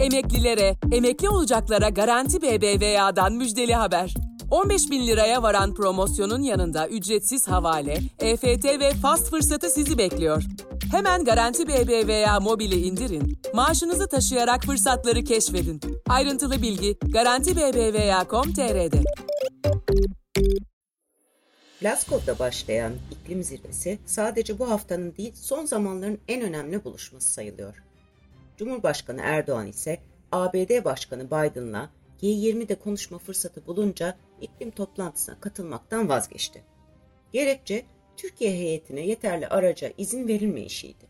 Emeklilere, emekli olacaklara Garanti BBVA'dan müjdeli haber. 15.000 liraya varan promosyonun yanında ücretsiz havale, EFT ve fast fırsatı sizi bekliyor. Hemen Garanti BBVA mobili indirin, maaşınızı taşıyarak fırsatları keşfedin. Ayrıntılı bilgi garantibbva.com.tr'de. Glasgow'da başlayan iklim zirvesi sadece bu haftanın değil son zamanların en önemli buluşması sayılıyor. Cumhurbaşkanı Erdoğan ise ABD Başkanı Biden'la G20'de konuşma fırsatı bulunca iklim toplantısına katılmaktan vazgeçti. Gerekçe Türkiye heyetine yeterli araca izin verilmeyişiydi.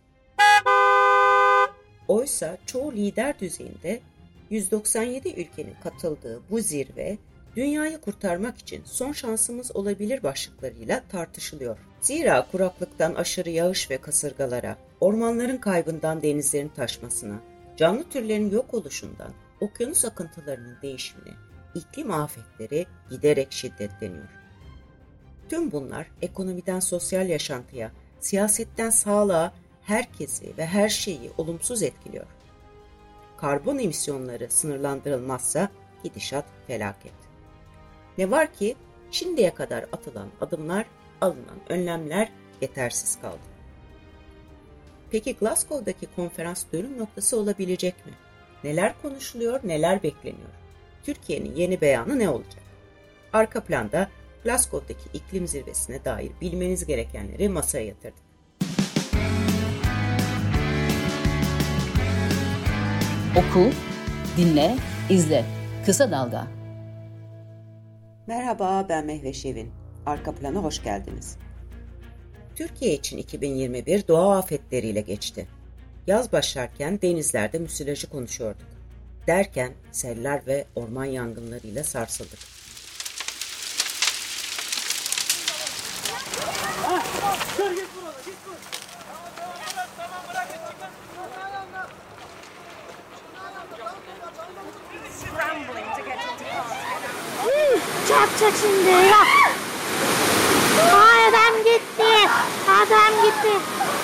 Oysa çoğu lider düzeyinde 197 ülkenin katıldığı bu zirve dünyayı kurtarmak için son şansımız olabilir başlıklarıyla tartışılıyor. Zira kuraklıktan aşırı yağış ve kasırgalara, ormanların kaybından denizlerin taşmasına, canlı türlerin yok oluşundan okyanus akıntılarının değişimine, iklim afetleri giderek şiddetleniyor. Tüm bunlar ekonomiden sosyal yaşantıya, siyasetten sağlığa herkesi ve her şeyi olumsuz etkiliyor. Karbon emisyonları sınırlandırılmazsa gidişat felaket. Ne var ki şimdiye kadar atılan adımlar, alınan önlemler yetersiz kaldı. Peki Glasgow'daki konferans dönüm noktası olabilecek mi? Neler konuşuluyor, neler bekleniyor? Türkiye'nin yeni beyanı ne olacak? Arka planda Glasgow'daki iklim zirvesine dair bilmeniz gerekenleri masaya yatırdık. Oku, dinle, izle. Kısa Dalga. Merhaba, ben Mehveş Evin. Arka plana hoş geldiniz. Türkiye için 2021 doğa afetleriyle geçti. Yaz başlarken denizlerde müsilajı konuşuyorduk. Derken seller ve orman yangınlarıyla sarsıldık. Çarpacak şimdi ya. Adam gitti.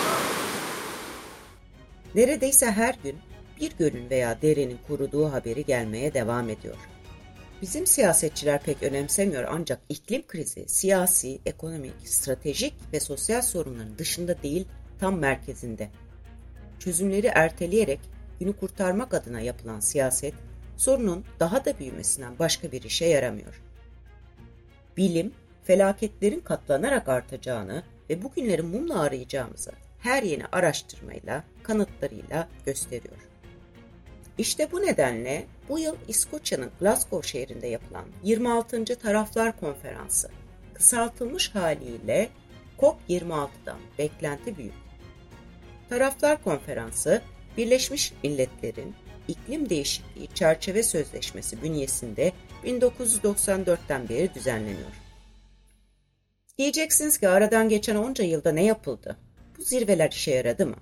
Neredeyse her gün bir gölün veya derenin kuruduğu haberi gelmeye devam ediyor. Bizim siyasetçiler pek önemsemiyor ancak iklim krizi siyasi, ekonomik, stratejik ve sosyal sorunların dışında değil, tam merkezinde. Çözümleri erteleyerek günü kurtarmak adına yapılan siyaset, sorunun daha da büyümesinden başka bir işe yaramıyor. Bilim, felaketlerin katlanarak artacağını ve bugünleri mumla arayacağımızı her yeni araştırmayla, kanıtlarıyla gösteriyor. İşte bu nedenle bu yıl İskoçya'nın Glasgow şehrinde yapılan 26. Taraflar Konferansı, kısaltılmış haliyle COP26'dan beklenti büyük. Taraflar Konferansı, Birleşmiş Milletler'in İklim Değişikliği Çerçeve Sözleşmesi bünyesinde 1994'ten beri düzenleniyor. Diyeceksiniz ki aradan geçen onca yılda ne yapıldı? Bu zirveler işe yaradı mı?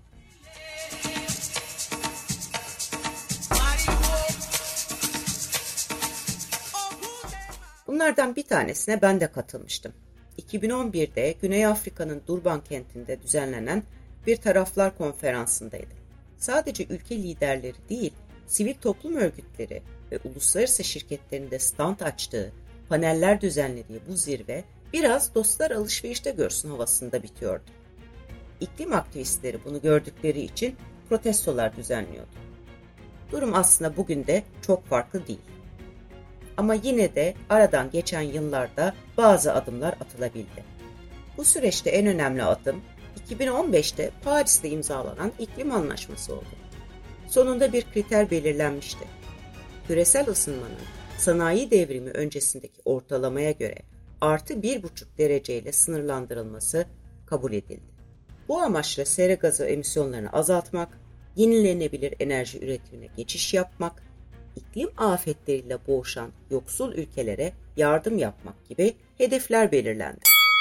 Bunlardan bir tanesine ben de katılmıştım. 2011'de Güney Afrika'nın Durban kentinde düzenlenen bir taraflar konferansındaydım. Sadece ülke liderleri değil, sivil toplum örgütleri ve uluslararası şirketlerin de stand açtığı, paneller düzenlediği bu zirve biraz dostlar alışverişte görsün havasında bitiyordu. İklim aktivistleri bunu gördükleri için protestolar düzenliyordu. Durum aslında bugün de çok farklı değil. Ama yine de aradan geçen yıllarda bazı adımlar atılabildi. Bu süreçte en önemli adım 2015'te Paris'te imzalanan iklim anlaşması oldu. Sonunda bir kriter belirlenmişti. Küresel ısınmanın sanayi devrimi öncesindeki ortalamaya göre artı 1,5 dereceyle sınırlandırılması kabul edildi. Bu amaçla sera gazı emisyonlarını azaltmak, yenilenebilir enerji üretimine geçiş yapmak, iklim afetleriyle boğuşan yoksul ülkelere yardım yapmak gibi hedefler belirlendi.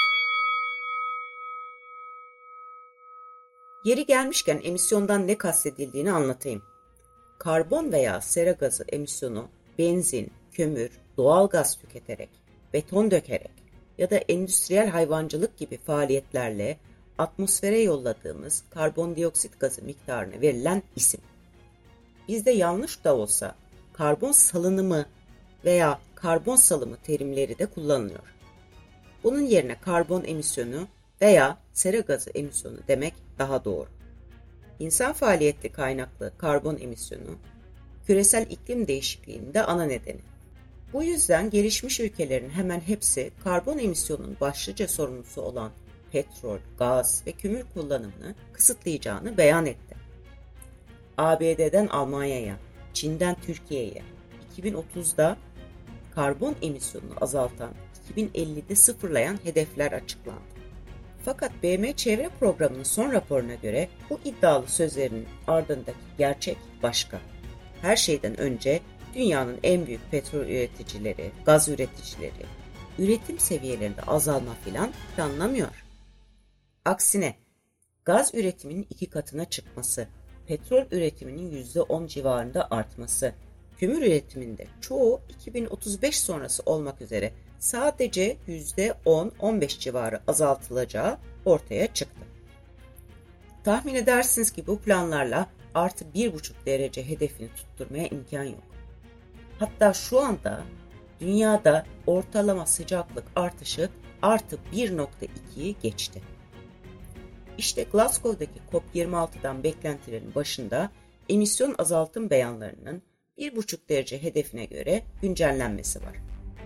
Yeri gelmişken emisyondan ne kastedildiğini anlatayım. Karbon veya sera gazı emisyonu benzin, kömür, doğal gaz tüketerek, beton dökerek ya da endüstriyel hayvancılık gibi faaliyetlerle atmosfere yolladığımız karbondioksit gazı miktarına verilen isim. bizde yanlış da olsa karbon salınımı veya karbon salımı terimleri de kullanılıyor. Bunun yerine karbon emisyonu veya sera gazı emisyonu demek daha doğru. İnsan faaliyetli kaynaklı karbon emisyonu, küresel iklim değişikliğinin de ana nedeni. Bu yüzden gelişmiş ülkelerin hemen hepsi karbon emisyonunun başlıca sorumlusu olan petrol, gaz ve kömür kullanımını kısıtlayacağını beyan etti. ABD'den Almanya'ya, Çin'den Türkiye'ye 2030'da karbon emisyonunu azaltan, 2050'de sıfırlayan hedefler açıklandı. Fakat BM Çevre Programı'nın son raporuna göre bu iddialı sözlerin ardındaki gerçek başka. Her şeyden önce dünyanın en büyük petrol üreticileri, gaz üreticileri, üretim seviyelerinde azalma filan planlamıyor. Aksine gaz üretiminin 2 katına çıkması, petrol üretiminin %10 civarında artması, kömür üretiminde çoğu 2035 sonrası olmak üzere sadece %10-15 civarı azaltılacağı ortaya çıktı. Tahmin edersiniz ki bu planlarla artı 1,5 derece hedefini tutturmaya imkan yok. Hatta şu anda dünyada ortalama sıcaklık artışı artı 1,2'yi geçti. İşte Glasgow'daki COP26'dan beklentilerin başında emisyon azaltım beyanlarının 1,5 derece hedefine göre güncellenmesi var.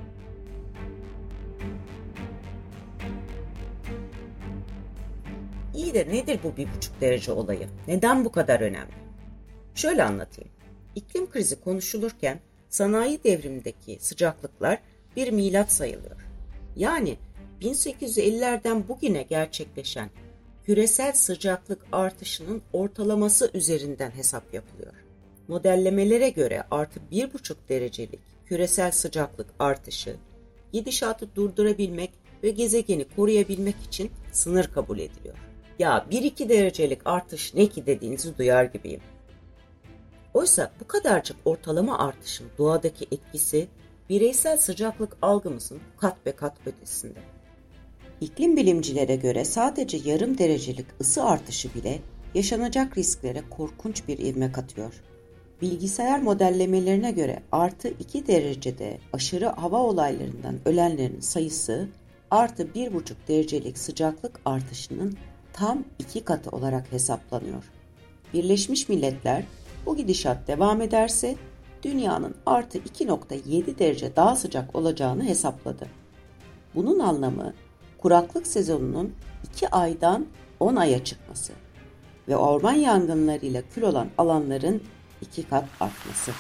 İyi de nedir bu 1,5 derece olayı? Neden bu kadar önemli? Şöyle anlatayım. İklim krizi konuşulurken sanayi devrimindeki sıcaklıklar bir milat sayılıyor. Yani 1850'lerden bugüne gerçekleşen küresel sıcaklık artışının ortalaması üzerinden hesap yapılıyor. Modellemelere göre artı 1,5 derecelik küresel sıcaklık artışı, gidişatı durdurabilmek ve gezegeni koruyabilmek için sınır kabul ediliyor. Ya 1-2 derecelik artış ne ki dediğinizi duyar gibiyim. Oysa bu kadarcık ortalama artışın doğadaki etkisi bireysel sıcaklık algımızın kat be kat ötesinde. İklim bilimcilere göre sadece yarım derecelik ısı artışı bile yaşanacak risklere korkunç bir ivme katıyor. Bilgisayar modellemelerine göre artı 2 derecede aşırı hava olaylarından ölenlerin sayısı artı 1,5 derecelik sıcaklık artışının tam 2 katı olarak hesaplanıyor. Birleşmiş Milletler bu gidişat devam ederse dünyanın artı 2,7 derece daha sıcak olacağını hesapladı. Bunun anlamı kuraklık sezonunun 2 aydan 10 aya çıkması ve orman yangınlarıyla kül olan alanların 2 kat artması.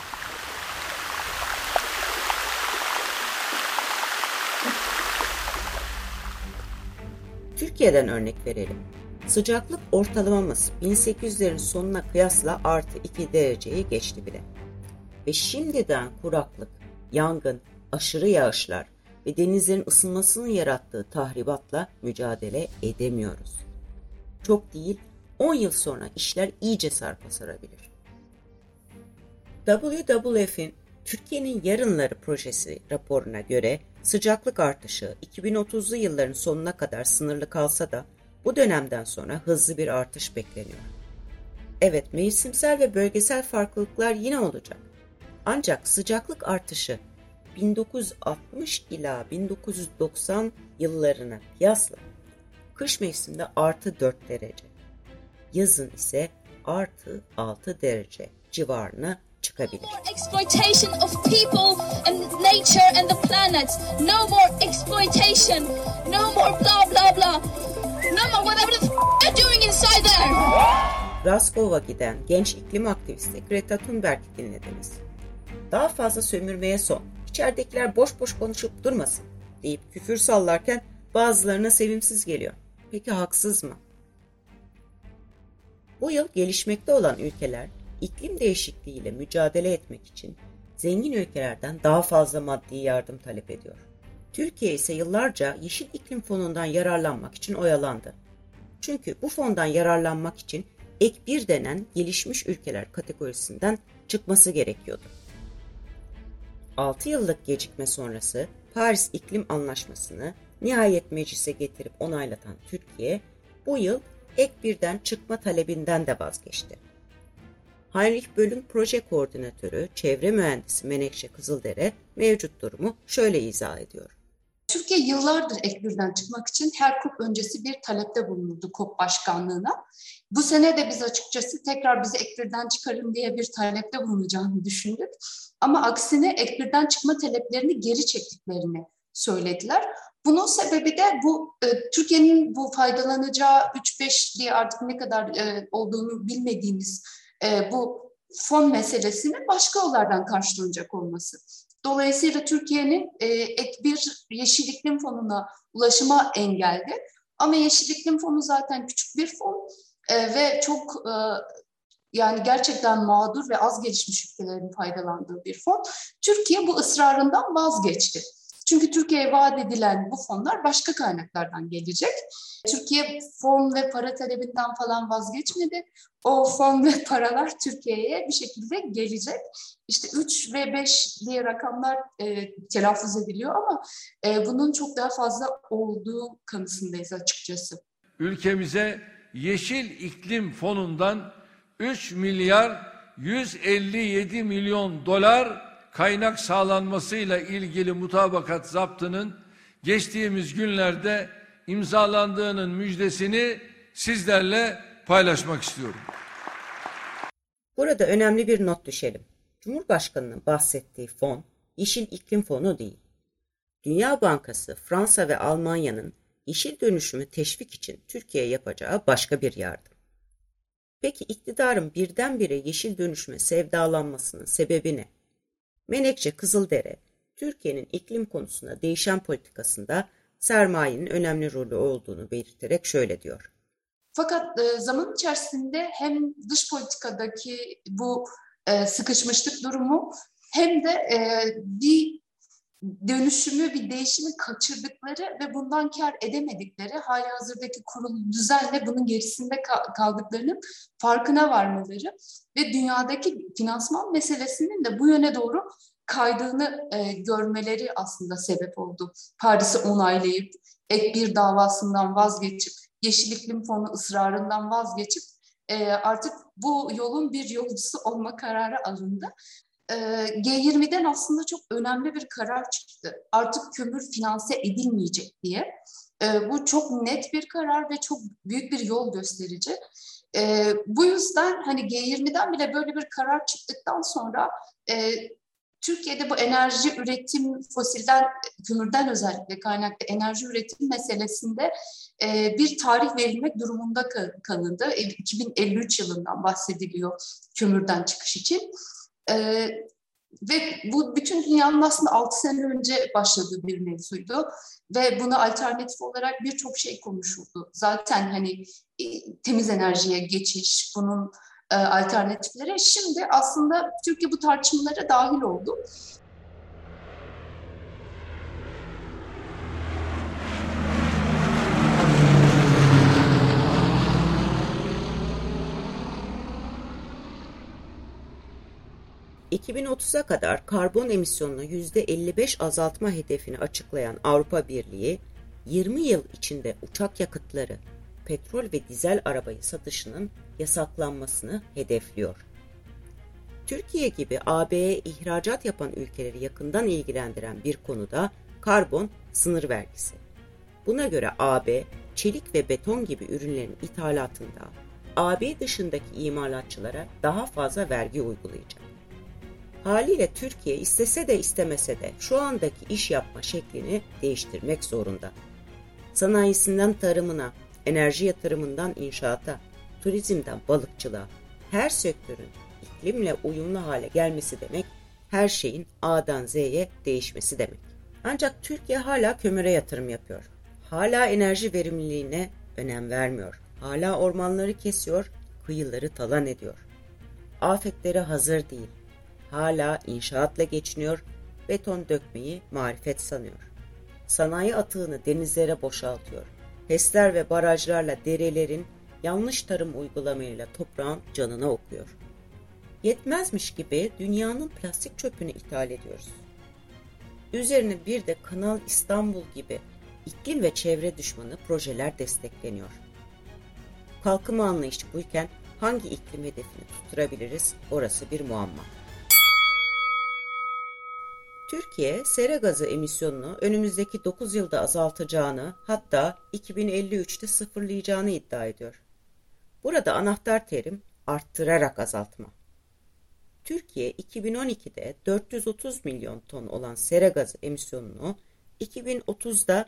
Türkiye'den örnek verelim. Sıcaklık ortalamamız 1800'lerin sonuna kıyasla artı 2 dereceyi geçti bile. Ve şimdiden kuraklık, yangın, aşırı yağışlar ve denizlerin ısınmasının yarattığı tahribatla mücadele edemiyoruz. Çok değil, 10 yıl sonra işler iyice sarpa sarabilir. WWF'in Türkiye'nin Yarınları projesi raporuna göre sıcaklık artışı 2030'lu yılların sonuna kadar sınırlı kalsa da bu dönemden sonra hızlı bir artış bekleniyor. Evet, mevsimsel ve bölgesel farklılıklar yine olacak. Ancak sıcaklık artışı 1960 ila 1990 yıllarına kıyasla kış mevsiminde artı 4 derece, yazın ise artı 6 derece civarına çıkabilir. No more exploitation of people and nature and the planet. No more exploitation. No more blah blah blah. No more whatever the you're doing inside there. Glasgow'a giden genç iklim aktivisti Greta Thunberg'i dinlediniz. Daha fazla sömürmeye son, içeridekiler boş boş konuşup durmasın deyip küfür sallarken bazılarına sevimsiz geliyor. Peki haksız mı? Bu yıl gelişmekte olan ülkeler iklim değişikliğiyle mücadele etmek için zengin ülkelerden daha fazla maddi yardım talep ediyor. Türkiye ise yıllarca Yeşil İklim Fonu'ndan yararlanmak için oyalandı. Çünkü bu fondan yararlanmak için ek 1 denen gelişmiş ülkeler kategorisinden çıkması gerekiyordu. 6 yıllık gecikme sonrası Paris İklim Anlaşması'nı nihayet meclise getirip onaylatan Türkiye bu yıl ek 1'den çıkma talebinden de vazgeçti. Heinrich Böll'ün proje koordinatörü, çevre mühendisi Menekşe Kızıldere mevcut durumu şöyle izah ediyor. Türkiye yıllardır ek birden çıkmak için her COP öncesi bir talepte bulunurdu COP başkanlığına. Bu sene de biz açıkçası tekrar bizi ek birden çıkarın diye bir talepte bulunacağını düşündük. Ama aksine ek birden çıkma taleplerini geri çektiklerini söylediler. Bunun sebebi de bu Türkiye'nin bu faydalanacağı 3-5 diye artık ne kadar olduğunu bilmediğimiz bu fon meselesini başka yollardan karşılanacak olması. Dolayısıyla Türkiye'nin ek bir Yeşil İklim Fonu'na ulaşıma engeldi. Ama Yeşil İklim Fonu zaten küçük bir fon ve çok yani gerçekten mağdur ve az gelişmiş ülkelerin faydalandığı bir fon. Türkiye bu ısrarından vazgeçti. Çünkü Türkiye'ye vaat edilen bu fonlar başka kaynaklardan gelecek. Türkiye fon ve para talebinden falan vazgeçmedi. O fon ve paralar Türkiye'ye bir şekilde gelecek. İşte 3 ve 5 diye rakamlar telaffuz ediliyor ama bunun çok daha fazla olduğu kanısındayız açıkçası. Ülkemize Yeşil İklim Fonu'ndan 3 milyar 157 milyon dolar kaynak sağlanmasıyla ilgili mutabakat zaptının geçtiğimiz günlerde imzalandığının müjdesini sizlerle paylaşmak istiyorum. Burada önemli bir not düşelim. Cumhurbaşkanının bahsettiği fon, Yeşil İklim Fonu değil. Dünya Bankası, Fransa ve Almanya'nın yeşil dönüşümü teşvik için Türkiye'ye yapacağı başka bir yardım. Peki iktidarın birdenbire yeşil dönüşüme sevdalanmasının sebebi ne? Menekşe Kızıldere, Türkiye'nin iklim konusunda değişen politikasında sermayenin önemli rolü olduğunu belirterek şöyle diyor. Fakat zaman içerisinde hem dış politikadaki bu sıkışmışlık durumu hem de bir dönüşümü, bir değişimi kaçırdıkları ve bundan kar edemedikleri halihazırdaki kurulu düzenle bunun gerisinde kaldıklarının farkına varmaları ve dünyadaki finansman meselesinin de bu yöne doğru kaydığını görmeleri aslında sebep oldu. Paris'i onaylayıp ek bir davasından vazgeçip Yeşil İklim Fonu ısrarından vazgeçip artık bu yolun bir yolcusu olma kararı alındı. G20'den aslında çok önemli bir karar çıktı. Artık kömür finanse edilmeyecek diye. Bu çok net bir karar ve çok büyük bir yol gösterici. Bu yüzden hani G20'den bile böyle bir karar çıktıktan sonra Türkiye'de bu enerji üretim fosilden, kömürden özellikle kaynaklı enerji üretim meselesinde bir tarih verilmek durumunda kalındı. 2053 yılından bahsediliyor kömürden çıkış için. Ve bu bütün dünyanın aslında 6 sene önce başladığı bir mevzuydu. Ve buna alternatif olarak birçok şey konuşuldu. Zaten hani temiz enerjiye geçiş, bunun alternatifleri. Şimdi aslında Türkiye bu tartışmalara dahil oldu. ...2030'a kadar karbon emisyonunu %55 azaltma hedefini açıklayan Avrupa Birliği, 20 yıl içinde uçak yakıtları, petrol ve dizel arabayı satışının yasaklanmasını hedefliyor. Türkiye gibi AB'ye ihracat yapan ülkeleri yakından ilgilendiren bir konuda karbon sınır vergisi. Buna göre AB, çelik ve beton gibi ürünlerin ithalatında AB dışındaki imalatçılara daha fazla vergi uygulayacak. Haliyle Türkiye istese de istemese de şu andaki iş yapma şeklini değiştirmek zorunda. Sanayisinden tarımına, enerji yatırımından inşaata, turizmden balıkçılığa, her sektörün iklimle uyumlu hale gelmesi demek, her şeyin A'dan Z'ye değişmesi demek. Ancak Türkiye hala kömüre yatırım yapıyor. Hala enerji verimliliğine önem vermiyor. Hala ormanları kesiyor, kıyıları talan ediyor. Afetlere hazır değil. Hala inşaatla geçiniyor, beton dökmeyi marifet sanıyor. Sanayi atığını denizlere boşaltıyor. HES'ler ve barajlarla derelerin yanlış tarım uygulamalarıyla toprağın canına okuyor. Yetmezmiş gibi dünyanın plastik çöpünü ithal ediyoruz. Üzerine bir de Kanal İstanbul gibi iklim ve çevre düşmanı projeler destekleniyor. Kalkınma anlayışı buyken hangi iklim hedefini tutturabiliriz? Orası bir muamma. Türkiye, sera gazı emisyonunu önümüzdeki 9 yılda azaltacağını, hatta 2053'te sıfırlayacağını iddia ediyor. Burada anahtar terim arttırarak azaltma. Türkiye 2012'de 430 milyon ton olan sera gazı emisyonunu 2030'da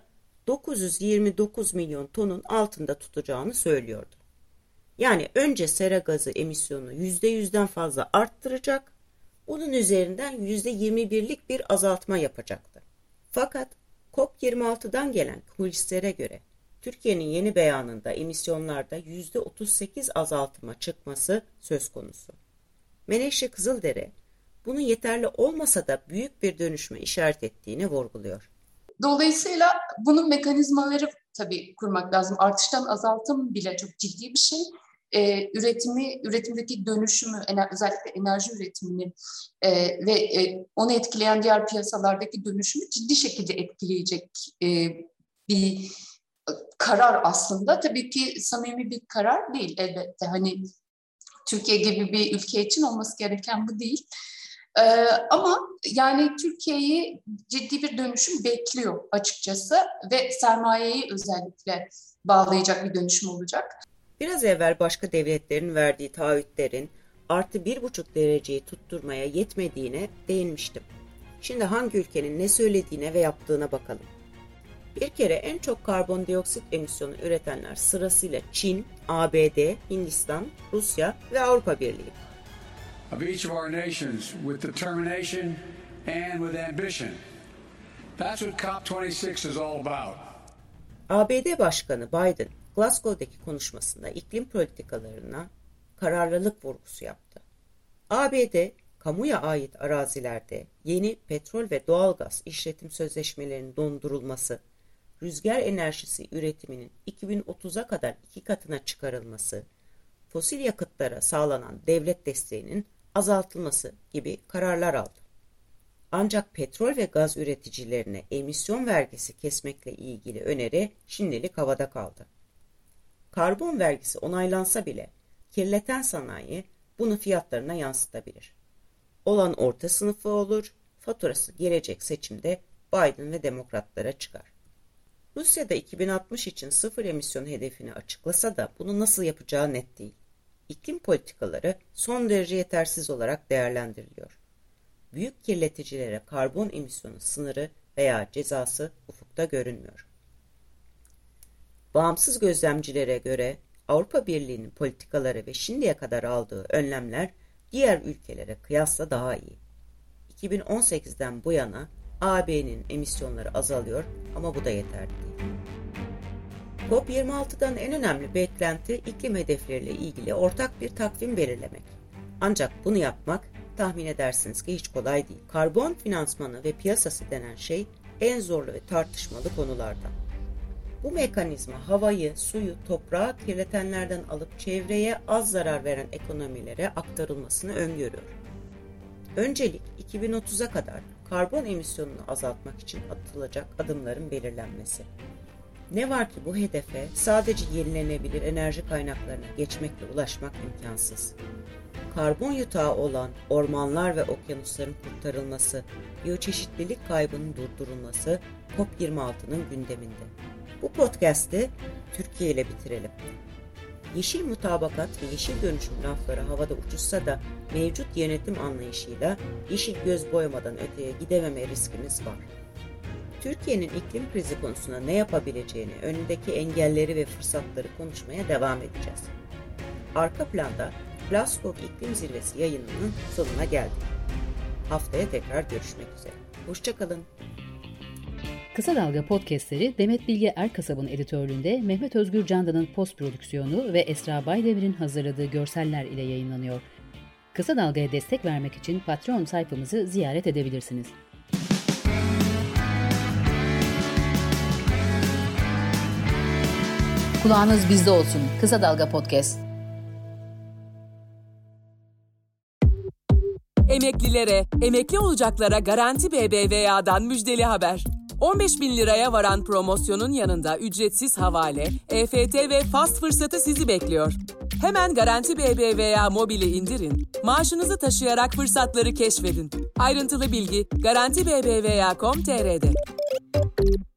929 milyon tonun altında tutacağını söylüyordu. Yani önce sera gazı emisyonunu %100'den fazla arttıracak, bunun üzerinden %21'lik bir azaltma yapacaktı. Fakat COP26'dan gelen kulislere göre Türkiye'nin yeni beyanında emisyonlarda %38 azaltıma çıkması söz konusu. Menekşe Kızıldere bunun yeterli olmasa da büyük bir dönüşme işaret ettiğini vurguluyor. Dolayısıyla bunun mekanizmaları tabii kurmak lazım. Artıştan azaltım bile çok ciddi bir şey. Üretimdeki dönüşümü, özellikle enerji üretimini ve onu etkileyen diğer piyasalardaki dönüşümü ciddi şekilde etkileyecek bir karar aslında. Tabii ki samimi bir karar değil elbette. Hani Türkiye gibi bir ülke için olması gereken bu değil. Ama yani Türkiye'yi ciddi bir dönüşüm bekliyor açıkçası ve sermayeyi özellikle bağlayacak bir dönüşüm olacak. Biraz evvel başka devletlerin verdiği taahhütlerin +1,5 dereceyi tutturmaya yetmediğine değinmiştim. Şimdi hangi ülkenin ne söylediğine ve yaptığına bakalım. Bir kere en çok karbondioksit emisyonu üretenler sırasıyla Çin, ABD, Hindistan, Rusya ve Avrupa Birliği. Of each of our nations with determination and with ambition. That's what COP26 is all about. ABD Başkanı Biden, Glasgow'daki konuşmasında iklim politikalarına kararlılık vurgusu yaptı. ABD, kamuya ait arazilerde yeni petrol ve doğalgaz işletim sözleşmelerinin dondurulması, rüzgar enerjisi üretiminin 2030'a kadar 2 katına çıkarılması, fosil yakıtlara sağlanan devlet desteğinin azaltılması gibi kararlar aldı. Ancak petrol ve gaz üreticilerine emisyon vergisi kesmekle ilgili öneri şimdilik havada kaldı. Karbon vergisi onaylansa bile kirleten sanayi bunu fiyatlarına yansıtabilir. Olan orta sınıfı olur, faturası gelecek seçimde Biden ve demokratlara çıkar. Rusya'da 2060 için sıfır emisyon hedefini açıklasa da bunu nasıl yapacağı net değil. İklim politikaları son derece yetersiz olarak değerlendiriliyor. Büyük kirleticilere karbon emisyonu sınırı veya cezası ufukta görünmüyor. Bağımsız gözlemcilere göre Avrupa Birliği'nin politikaları ve şimdiye kadar aldığı önlemler diğer ülkelere kıyasla daha iyi. 2018'den bu yana AB'nin emisyonları azalıyor ama bu da yeterli değil. COP26'dan en önemli beklenti iklim hedefleriyle ilgili ortak bir takvim belirlemek. Ancak bunu yapmak tahmin edersiniz ki hiç kolay değil. Karbon finansmanı ve piyasası denen şey en zorlu ve tartışmalı konulardan. Bu mekanizma havayı, suyu, toprağı kirletenlerden alıp çevreye az zarar veren ekonomilere aktarılmasını öngörüyor. Öncelik 2030'a kadar karbon emisyonunu azaltmak için atılacak adımların belirlenmesi. Ne var ki bu hedefe sadece yenilenebilir enerji kaynaklarına geçmekle ulaşmak imkansız. Karbon yutağı olan ormanlar ve okyanusların kurtarılması, biyoçeşitlilik kaybının durdurulması COP26'nın gündeminde. Bu podcast'i Türkiye ile bitirelim. Yeşil mutabakat ve yeşil dönüşüm lafları havada uçuşsa da mevcut yönetim anlayışıyla yeşil göz boyamadan öteye gidememe riskimiz var. Türkiye'nin iklim krizi konusunda ne yapabileceğini, önündeki engelleri ve fırsatları konuşmaya devam edeceğiz. Arka planda Glasgow İklim Zirvesi yayınının sonuna geldik. Haftaya tekrar görüşmek üzere. Hoşça kalın. Kısa Dalga podcastleri Demet Bilge Erkasab'ın editörlüğünde Mehmet Özgür Candan'ın post prodüksiyonu ve Esra Baydemir'in hazırladığı görseller ile yayınlanıyor. Kısa Dalga'ya destek vermek için Patreon sayfamızı ziyaret edebilirsiniz. Kulağınız bizde olsun. Kısa Dalga Podcast. Emeklilere, emekli olacaklara Garanti BBVA'dan müjdeli haber. 15.000 liraya varan promosyonun yanında ücretsiz havale, EFT ve fast fırsatı sizi bekliyor. Hemen Garanti BBVA Mobil'i indirin, maaşınızı taşıyarak fırsatları keşfedin. Ayrıntılı bilgi Garanti BBVA.com.tr'de.